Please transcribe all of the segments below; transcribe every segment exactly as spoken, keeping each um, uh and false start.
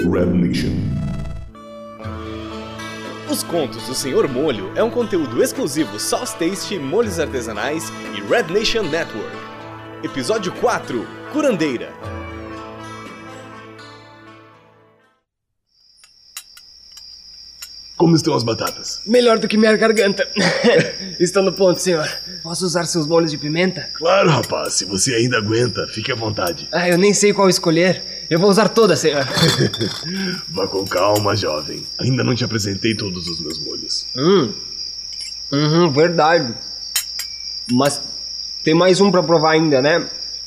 Red Nation. Os Contos do Senhor Molho é um conteúdo exclusivo Sauce Taste, Molhos Artesanais e Red Nation Network. Episódio quatro, Curandeira. Como estão as batatas? Melhor do que minha garganta. Estou no ponto, senhor. Posso usar seus molhos de pimenta? Claro, rapaz. Se você ainda aguenta, fique à vontade. Ah, eu nem sei qual escolher. Eu vou usar toda, senhor. Vá com calma, jovem. Ainda não te apresentei todos os meus molhos. Hum. Uhum, verdade. Mas tem mais um pra provar ainda, né?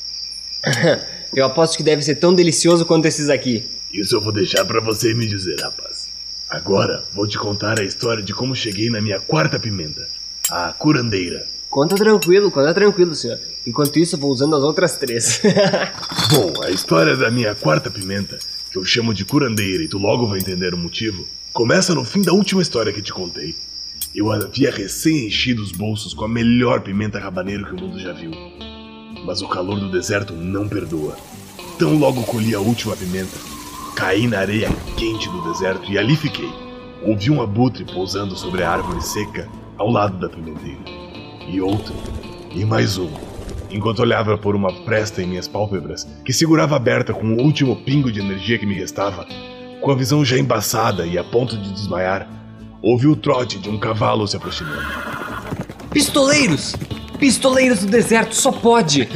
Eu aposto que deve ser tão delicioso quanto esses aqui. Isso eu vou deixar pra você me dizer, rapaz. Agora vou te contar a história de como cheguei na minha quarta pimenta, a curandeira. Conta tranquilo, conta tranquilo, senhor. Enquanto isso, eu vou usando as outras três. Bom, a história da minha quarta pimenta, que eu chamo de curandeira e tu logo vai entender o motivo, começa no fim da última história que te contei. Eu havia recém enchido os bolsos com a melhor pimenta habanero que o mundo já viu. Mas o calor do deserto não perdoa. Tão logo colhi a última pimenta, caí na areia quente do deserto e ali fiquei. Ouvi um abutre pousando sobre a árvore seca ao lado da pimenteira. E outro, e mais um, enquanto olhava por uma fresta em minhas pálpebras, que segurava aberta com o último pingo de energia que me restava, com a visão já embaçada e a ponto de desmaiar, ouvi o trote de um cavalo se aproximando. Pistoleiros! Pistoleiros do deserto, só pode!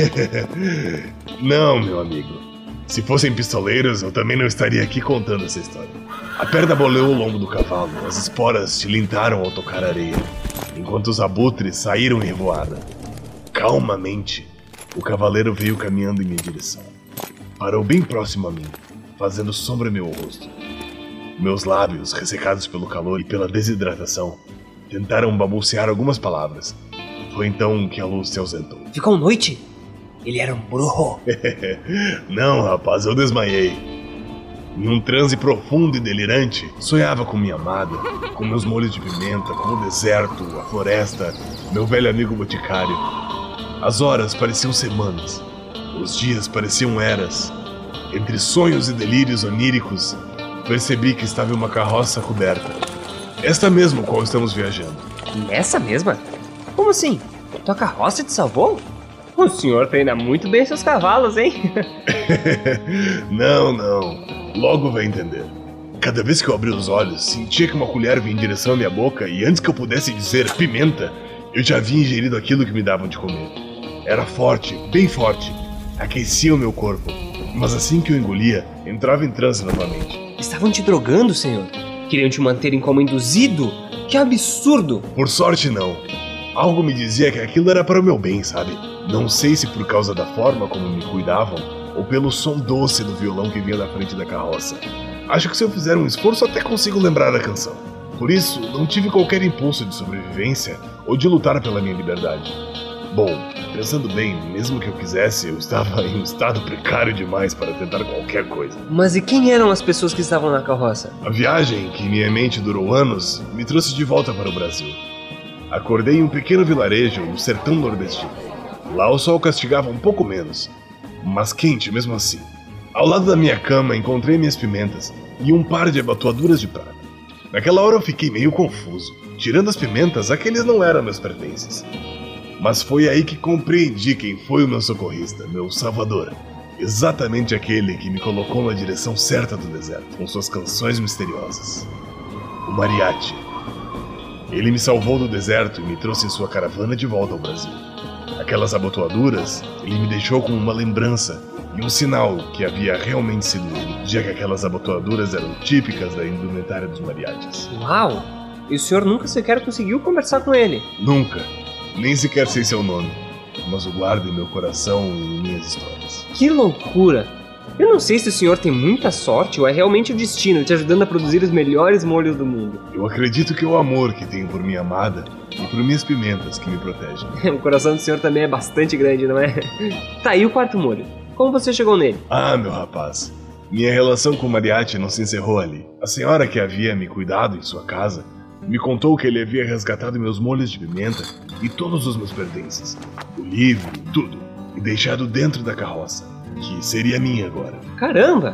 Não, meu amigo. Se fossem pistoleiros, eu também não estaria aqui contando essa história. A perna boleou ao lombo do cavalo, as esporas tilintaram ao tocar a areia, enquanto os abutres saíram em revoada. Calmamente, o cavaleiro veio caminhando em minha direção. Parou bem próximo a mim, fazendo sombra em meu rosto. Meus lábios, ressecados pelo calor e pela desidratação, tentaram balbuciar algumas palavras. Foi então que a luz se ausentou. Ficou noite? Ele era um bruxo. Não, rapaz, eu desmaiei. Em um transe profundo e delirante, sonhava com minha amada, com meus molhos de pimenta, com o deserto, a floresta, meu velho amigo boticário. As horas pareciam semanas, os dias pareciam eras. Entre sonhos e delírios oníricos, percebi que estava em uma carroça coberta. Esta mesma qual estamos viajando. Nessa mesma? Como assim? Tua carroça te salvou? O senhor treina muito bem seus cavalos, hein? Não, não. Logo vai entender. Cada vez que eu abri os olhos, sentia que uma colher vinha em direção à minha boca e antes que eu pudesse dizer pimenta, eu já havia ingerido aquilo que me davam de comer. Era forte, bem forte. Aquecia o meu corpo. Mas assim que eu engolia, entrava em transe novamente. Estavam te drogando, senhor? Queriam te manterem como induzido? Que absurdo! Por sorte, não. Algo me dizia que aquilo era para o meu bem, sabe? Não sei se por causa da forma como me cuidavam, ou pelo som doce do violão que vinha da frente da carroça. Acho que se eu fizer um esforço até consigo lembrar a canção. Por isso, não tive qualquer impulso de sobrevivência ou de lutar pela minha liberdade. Bom, pensando bem, mesmo que eu quisesse, eu estava em um estado precário demais para tentar qualquer coisa. Mas e quem eram as pessoas que estavam na carroça? A viagem, que em minha mente durou anos, me trouxe de volta para o Brasil. Acordei em um pequeno vilarejo no sertão nordestino. Lá o sol castigava um pouco menos, mas quente mesmo assim. Ao lado da minha cama encontrei minhas pimentas e um par de abotoaduras de prata. Naquela hora eu fiquei meio confuso. Tirando as pimentas, aqueles não eram meus pertences. Mas foi aí que compreendi quem foi o meu socorrista, meu salvador. Exatamente aquele que me colocou na direção certa do deserto, com suas canções misteriosas. O mariachi. Ele me salvou do deserto e me trouxe em sua caravana de volta ao Brasil. Aquelas abotoaduras, ele me deixou como uma lembrança e um sinal que havia realmente sido ele, já que aquelas abotoaduras eram típicas da indumentária dos mariachis. Uau! E o senhor nunca sequer conseguiu conversar com ele? Nunca. Nem sequer sei seu nome, mas o guardo em meu coração e em minhas histórias. Que loucura! Eu não sei se o senhor tem muita sorte ou é realmente o destino te ajudando a produzir os melhores molhos do mundo. Eu acredito que é o amor que tenho por minha amada e por minhas pimentas que me protegem. O coração do senhor também é bastante grande, não é? Tá, e o quarto molho? Como você chegou nele? Ah, meu rapaz, minha relação com o mariachi não se encerrou ali. A senhora que havia me cuidado em sua casa me contou que ele havia resgatado meus molhos de pimenta e todos os meus pertences, o livro, tudo, e deixado dentro da carroça, que seria minha agora. Caramba!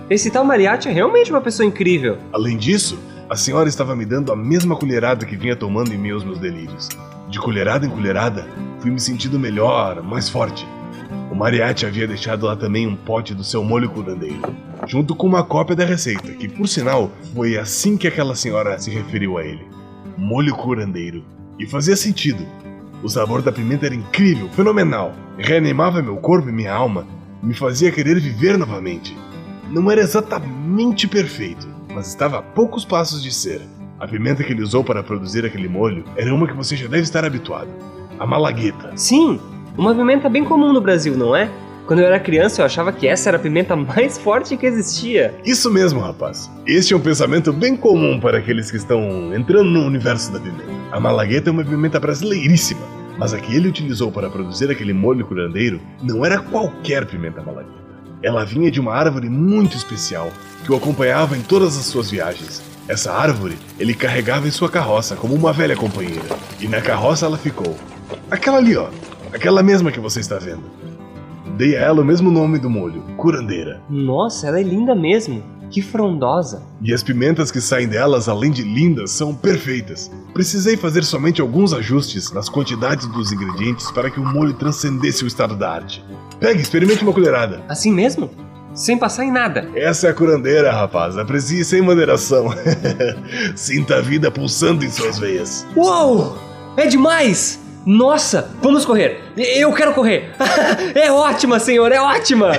Esse tal Mariachi é realmente uma pessoa incrível. Além disso, a senhora estava me dando a mesma colherada que vinha tomando em meus meus delírios. De colherada em colherada, fui me sentindo melhor, mais forte. O Mariachi havia deixado lá também um pote do seu molho curandeiro, junto com uma cópia da receita, que por sinal foi assim que aquela senhora se referiu a ele. Molho curandeiro. E fazia sentido. O sabor da pimenta era incrível, fenomenal. Reanimava meu corpo e minha alma, me fazia querer viver novamente. Não era exatamente perfeito, mas estava a poucos passos de ser. A pimenta que ele usou para produzir aquele molho era uma que você já deve estar habituado. A malagueta. Sim, uma pimenta bem comum no Brasil, não é? Quando eu era criança eu achava que essa era a pimenta mais forte que existia. Isso mesmo, rapaz. Este é um pensamento bem comum para aqueles que estão entrando no universo da pimenta. A malagueta é uma pimenta brasileiríssima, mas a que ele utilizou para produzir aquele molho curandeiro não era qualquer pimenta malagueta. Ela vinha de uma árvore muito especial, que o acompanhava em todas as suas viagens. Essa árvore ele carregava em sua carroça como uma velha companheira, e na carroça ela ficou. Aquela ali, ó, aquela mesma que você está vendo. Dei a ela o mesmo nome do molho, curandeira. Nossa, ela é linda mesmo. Que frondosa. E as pimentas que saem delas, além de lindas, são perfeitas. Precisei fazer somente alguns ajustes nas quantidades dos ingredientes para que o molho transcendesse o estado da arte. Pegue, experimente uma colherada. Assim mesmo? Sem passar em nada. Essa é a curandeira, rapaz. Aprecie sem moderação. Sinta a vida pulsando em suas veias. Uou! É demais! Nossa, vamos correr! Eu quero correr! É ótima, senhor, é ótima!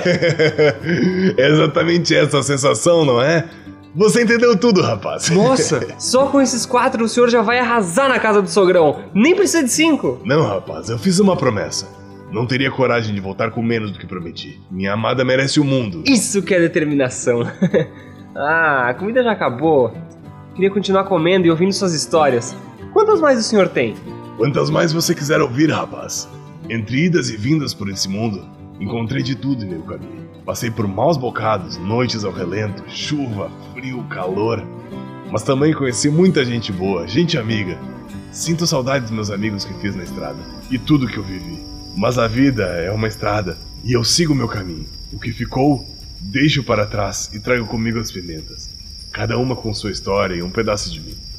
É exatamente essa a sensação, não é? Você entendeu tudo, rapaz. Nossa, só com esses quatro o senhor já vai arrasar na casa do sogrão. Nem precisa de cinco. Não, rapaz, eu fiz uma promessa. Não teria coragem de voltar com menos do que prometi. Minha amada merece o mundo. Isso que é determinação. Ah, a comida já acabou. Queria continuar comendo e ouvindo suas histórias. Quantas mais o senhor tem? Quantas mais você quiser ouvir, rapaz. Entre idas e vindas por esse mundo, encontrei de tudo em meu caminho. Passei por maus bocados, noites ao relento, chuva, frio, calor. Mas também conheci muita gente boa, gente amiga. Sinto saudade dos meus amigos que fiz na estrada e tudo que eu vivi. Mas a vida é uma estrada e eu sigo meu caminho. O que ficou, deixo para trás e trago comigo as pimentas. Cada uma com sua história e um pedaço de mim.